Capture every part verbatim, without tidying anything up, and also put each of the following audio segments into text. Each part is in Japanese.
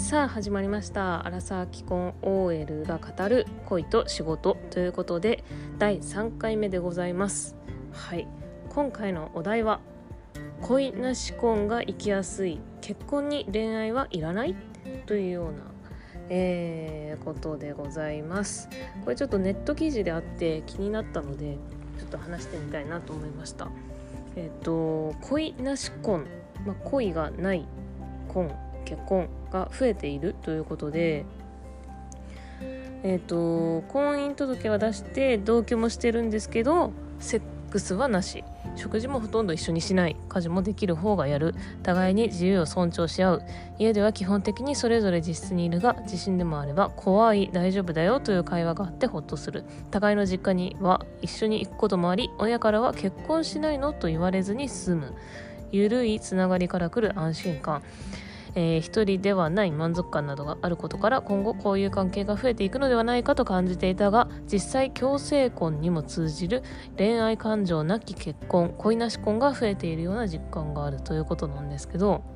さあ始まりました。アラサー既婚 オーエル が語る恋と仕事ということでだいさんかいめでございます。はい、今回のお題は恋なし婚が生きやすい、結婚に恋愛はいらないというような、えー、ことでございます。これちょっとネット記事であって気になったのでちょっと話してみたいなと思いました。えっ、と恋なし婚、まあ、恋がない婚、結婚が増えているということで、えーと、婚姻届は出して同居もしてるんですけどセックスはなし、食事もほとんど一緒にしない、家事もできる方がやる、互いに自由を尊重し合う、家では基本的にそれぞれ自室にいるが自信でもあれば怖い、大丈夫だよという会話があってほっとする、互いの実家には一緒に行くこともあり、親からは結婚しないのと言われずに済む、ゆるいつながりから来る安心感、えー、一人ではない満足感などがあることから今後こういう関係が増えていくのではないかと感じていたが、実際共生婚にも通じる恋愛感情なき結婚、恋なし婚が増えているような実感があるということなんですけど、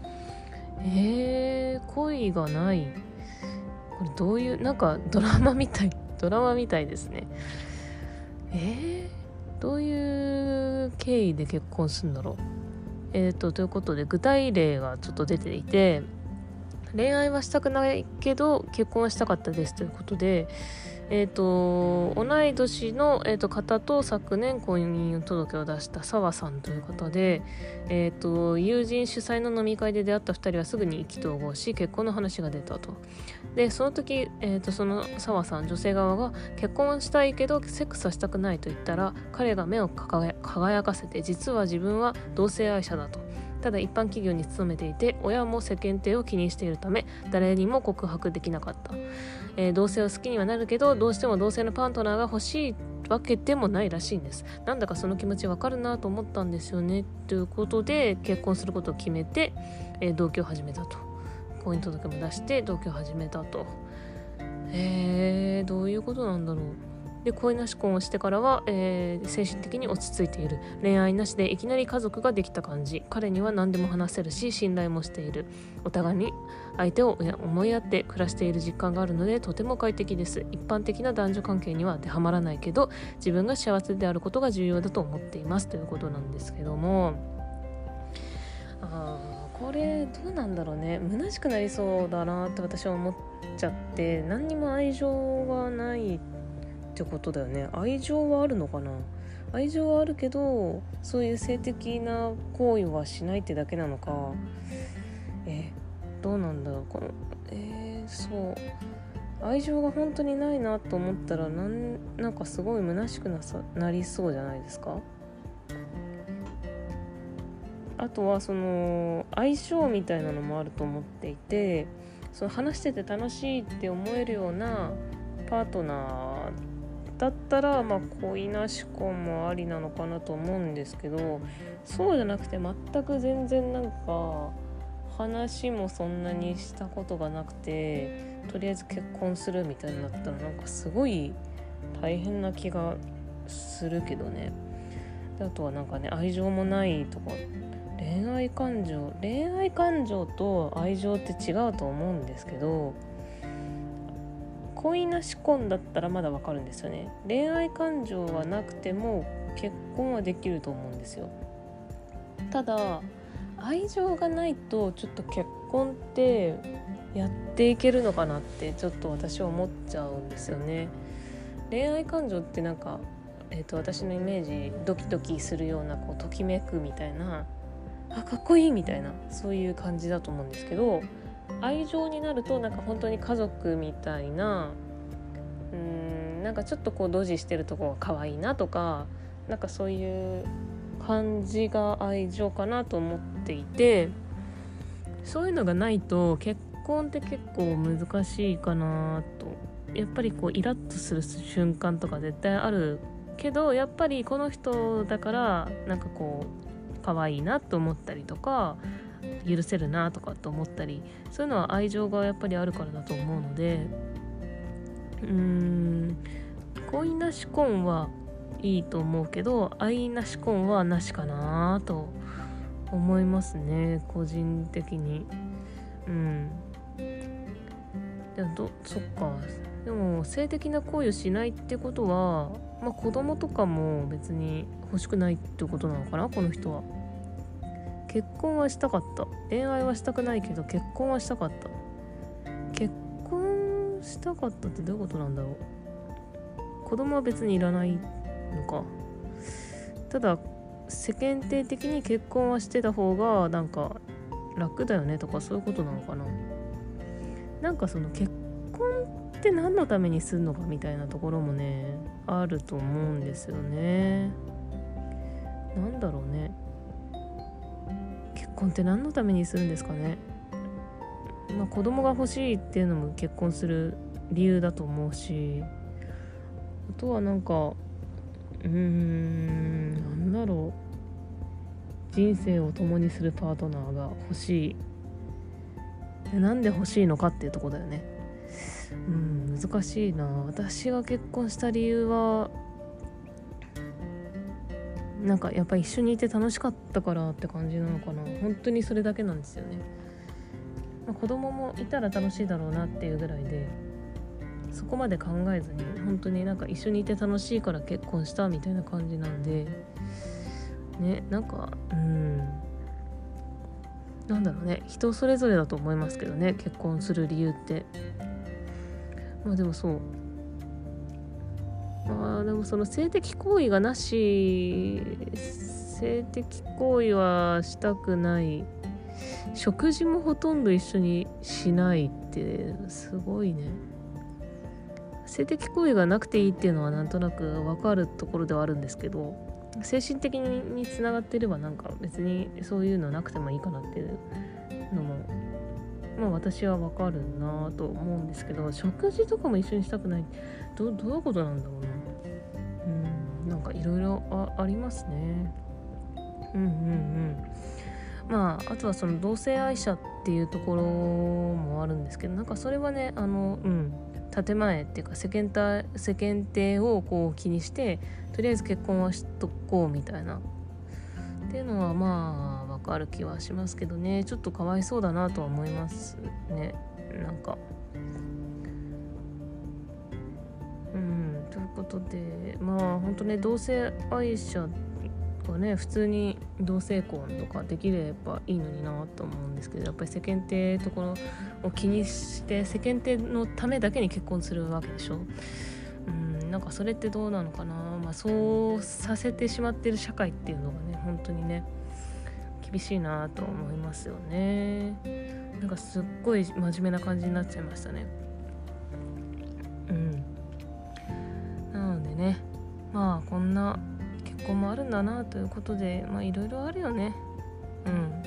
えー、恋がない、これどういう、なんかドラマみたいドラマみたいですね。えー、どういう経緯で結婚するんだろう。えーと、ということで具体例がちょっと出ていて、恋愛はしたくないけど結婚はしたかったですということで、えーと、同い年の、えーと、方と昨年婚姻届を出した澤さんという方で、えーと、友人主催の飲み会で出会ったふたりはすぐに意気投合し結婚の話が出たと。でその時、えーと、その澤さん、女性側が結婚したいけどセックスはしたくないと言ったら、彼が目を輝かせて、実は自分は同性愛者だと、ただ一般企業に勤めていて親も世間体を気にしているため誰にも告白できなかった、えー、同性を好きにはなるけどどうしても同性のパートナーが欲しいわけでもないらしいんです。なんだかその気持ちわかるなと思ったんですよねということで結婚することを決めて、えー、同居を始めたと。婚姻届も出して同居を始めたと。えー、どういうことなんだろう。で恋なし婚をしてからは、えー、精神的に落ち着いている、恋愛なしでいきなり家族ができた感じ、彼には何でも話せるし信頼もしている、お互いに相手を思いやって暮らしている実感があるのでとても快適です。一般的な男女関係には当てはまらないけど自分が幸せであることが重要だと思っていますということなんですけども、あーこれどうなんだろうね。虚しくなりそうだなって私は思っちゃって、何にも愛情がないってことだよね。愛情はあるのかな。愛情はあるけどそういう性的な行為はしないってだけなのか。えどうなんだろう。このえー、そう愛情が本当にないなと思ったらなん、なんかすごい虚しくなさなりそうじゃないですか。あとはその相性みたいなのもあると思っていて、その話してて楽しいって思えるようなパートナーだったら、まあ恋なし婚もありなのかなと思うんですけど、そうじゃなくて全く全然なんか話もそんなにしたことがなくてとりあえず結婚するみたいになったらなんかすごい大変な気がするけどね。であとはなんかね、愛情もないとか、恋愛感情恋愛感情と愛情って違うと思うんですけど、恋なし婚だったらまだわかるんですよね。恋愛感情はなくても結婚はできると思うんですよ。ただ愛情がないとちょっと結婚ってやっていけるのかなってちょっと私は思っちゃうんですよね。恋愛感情ってなんか、えーと、私のイメージドキドキするような、こうときめくみたいな、あかっこいいみたいな、そういう感じだと思うんですけど、愛情になるとなんか本当に家族みたいな、うーんなんかちょっとこうドジしてるとこが可愛いなとか、なんかそういう感じが愛情かなと思っていて、そういうのがないと結婚って結構難しいかなと。やっぱりこうイラッとする瞬間とか絶対あるけど、やっぱりこの人だからなんかこう可愛いなと思ったりとか許せるなとかと思ったり、そういうのは愛情がやっぱりあるからだと思うので、うーん恋なし婚はいいと思うけど愛なし婚はなしかなと思いますね、個人的に。うんでもどそっかでも性的な行為をしないってことは、まあ、子供とかも別に欲しくないってことなのかな、この人は。結婚はしたかった、恋愛はしたくないけど結婚はしたかった。結婚したかったってどういうことなんだろう。子供は別にいらないのか。ただ世間体的に結婚はしてた方がなんか楽だよねとかそういうことなのかな。なんかその結婚って何のためにするのかみたいなところもねあると思うんですよね。なんだろうね、結婚って何のためにするんですかね。まあ子供が欲しいっていうのも結婚する理由だと思うし、あとはなんかうーんなんだろう、人生を共にするパートナーが欲しい。でなんで欲しいのかっていうところだよね。うん難しいな。私が結婚した理由はなんかやっぱり一緒にいて楽しかったからって感じなのかな。本当にそれだけなんですよね。まあ、子供もいたら楽しいだろうなっていうぐらいで、そこまで考えずに本当になんか一緒にいて楽しいから結婚したみたいな感じなんでね。なんかうんなんだろうね、人それぞれだと思いますけどね、結婚する理由って。まあでもそうまあでもその性的行為がなし、性的行為はしたくない、食事もほとんど一緒にしないってすごいね。性的行為がなくていいっていうのはなんとなく分かるところではあるんですけど、精神的につながっていればなんか別にそういうのなくてもいいかなっていうのもまあ私は分かるなと思うんですけど、食事とかも一緒にしたくない、ど, どういうことなんだろうな。うんなんかいろいろありますね。うんうんうんまああとはその同性愛者っていうところもあるんですけど、なんかそれはねあのうん建前っていうか世間体世間体をこう気にしてとりあえず結婚はしとこうみたいなっていうのはまあわかる気はしますけどね。ちょっとかわいそうだなとは思いますね。なんかうんということでまあ本当ね同性愛者がね普通に同性婚とかできればいいのになと思うんですけど、やっぱり世間体ところを気にして世間体のためだけに結婚するわけでしょ。うんなんかそれってどうなのかな。まあそうさせてしまってる社会っていうのがね本当にね厳しいなと思いますよね。なんかすっごい真面目な感じになっちゃいましたね。うんなのでねまあこんな結婚もあるんだなということでまあいろいろあるよね。うん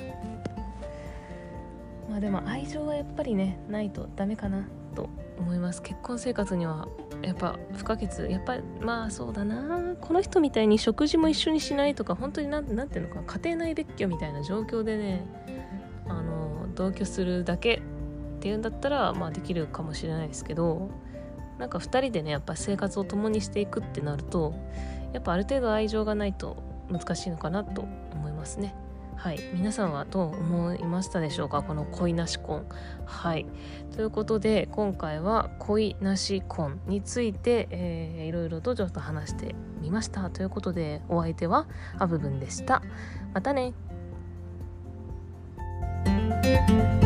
まあでも愛情はやっぱりねないとダメかなと思います。結婚生活にはやっぱ不可欠。やっぱりまあそうだな、この人みたいに食事も一緒にしないとか本当になんなんていうのか家庭内別居みたいな状況でねあの同居するだけっていうんだったらまあできるかもしれないですけど、なんかふたりでねやっぱ生活を共にしていくってなるとやっぱある程度愛情がないと難しいのかなと思いますね。はい、皆さんはどう思いましたでしょうか、この恋なし婚。はいということで今回は恋なし婚について、えー、いろいろとちょっと話してみましたということで、お相手はあぶぶんでした。またね。